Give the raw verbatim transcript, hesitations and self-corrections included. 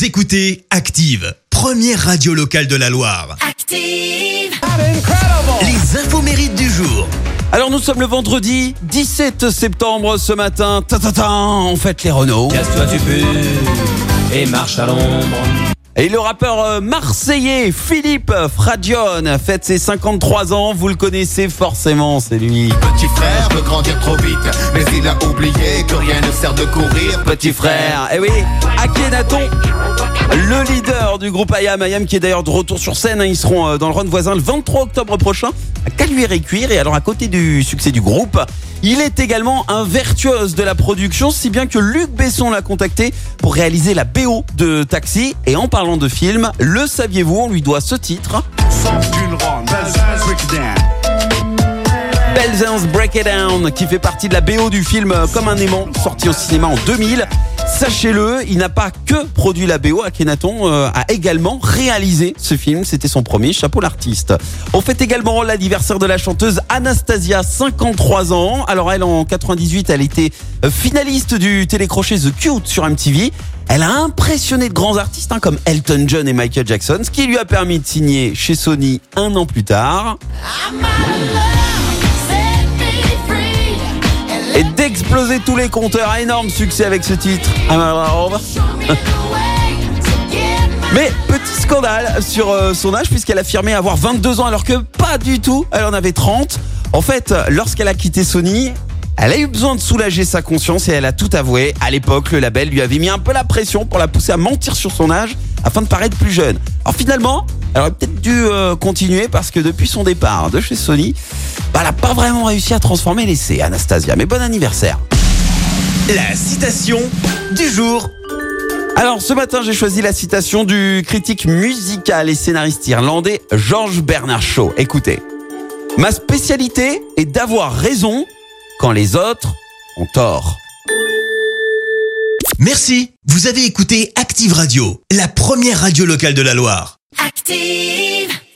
Vous écoutez Active, première radio locale de la Loire. Active. Les infos mérites du jour. Alors nous sommes le vendredi dix-sept septembre ce matin. Ta-ta-ta, on fête les Renault. Casse-toi tu peux et marche à l'ombre. Et le rappeur marseillais Philippe Fradione fête ses cinquante-trois ans. Vous le connaissez forcément, c'est lui. Petit frère veut grandir trop vite, mais il a oublié que rien ne sert de courir. Petit frère, eh oui, Akhenaton, le leader du groupe I A M, I A M qui est d'ailleurs de retour sur scène. Ils seront dans le Rhône voisin le vingt-trois octobre prochain à Caluire et Cuire. Et alors à côté du succès du groupe, il est également un virtuose de la production, si bien que Luc Besson l'a contacté pour réaliser la B O de Taxi. Et en parlant de film, le saviez-vous, on lui doit ce titre. Belzun's Break It Down, qui fait partie de la B O du film Comme un aimant, sorti au cinéma en deux mille. Sachez-le, il n'a pas que produit la B O, Akhenaton euh, a également réalisé ce film, c'était son premier, chapeau l'artiste. On fête également l'anniversaire de la chanteuse Anastasia, cinquante-trois ans. Alors elle, en quatre-vingt-dix-huit, elle était finaliste du télécrochet The Cute sur M T V. Elle a impressionné de grands artistes hein, comme Elton John et Michael Jackson, ce qui lui a permis de signer chez Sony un an plus tard. Et d'exploser tous les compteurs. Énorme succès avec ce titre. Mais petit scandale sur euh, son âge, puisqu'elle affirmait avoir vingt-deux ans alors que pas du tout, elle en avait trente. En fait, lorsqu'elle a quitté Sony, elle a eu besoin de soulager sa conscience et elle a tout avoué. À l'époque, le label lui avait mis un peu la pression pour la pousser à mentir sur son âge afin de paraître plus jeune. Alors finalement, elle aurait peut-être dû euh, continuer parce que depuis son départ de chez Sony, bah, elle n'a pas vraiment réussi à transformer l'essai, Anastasia. Mais bon anniversaire. La citation du jour. Alors ce matin, j'ai choisi la citation du critique musical et scénariste irlandais George Bernard Shaw. Écoutez, ma spécialité est d'avoir raison quand les autres ont tort. Merci. Vous avez écouté Active Radio, la première radio locale de la Loire. Active.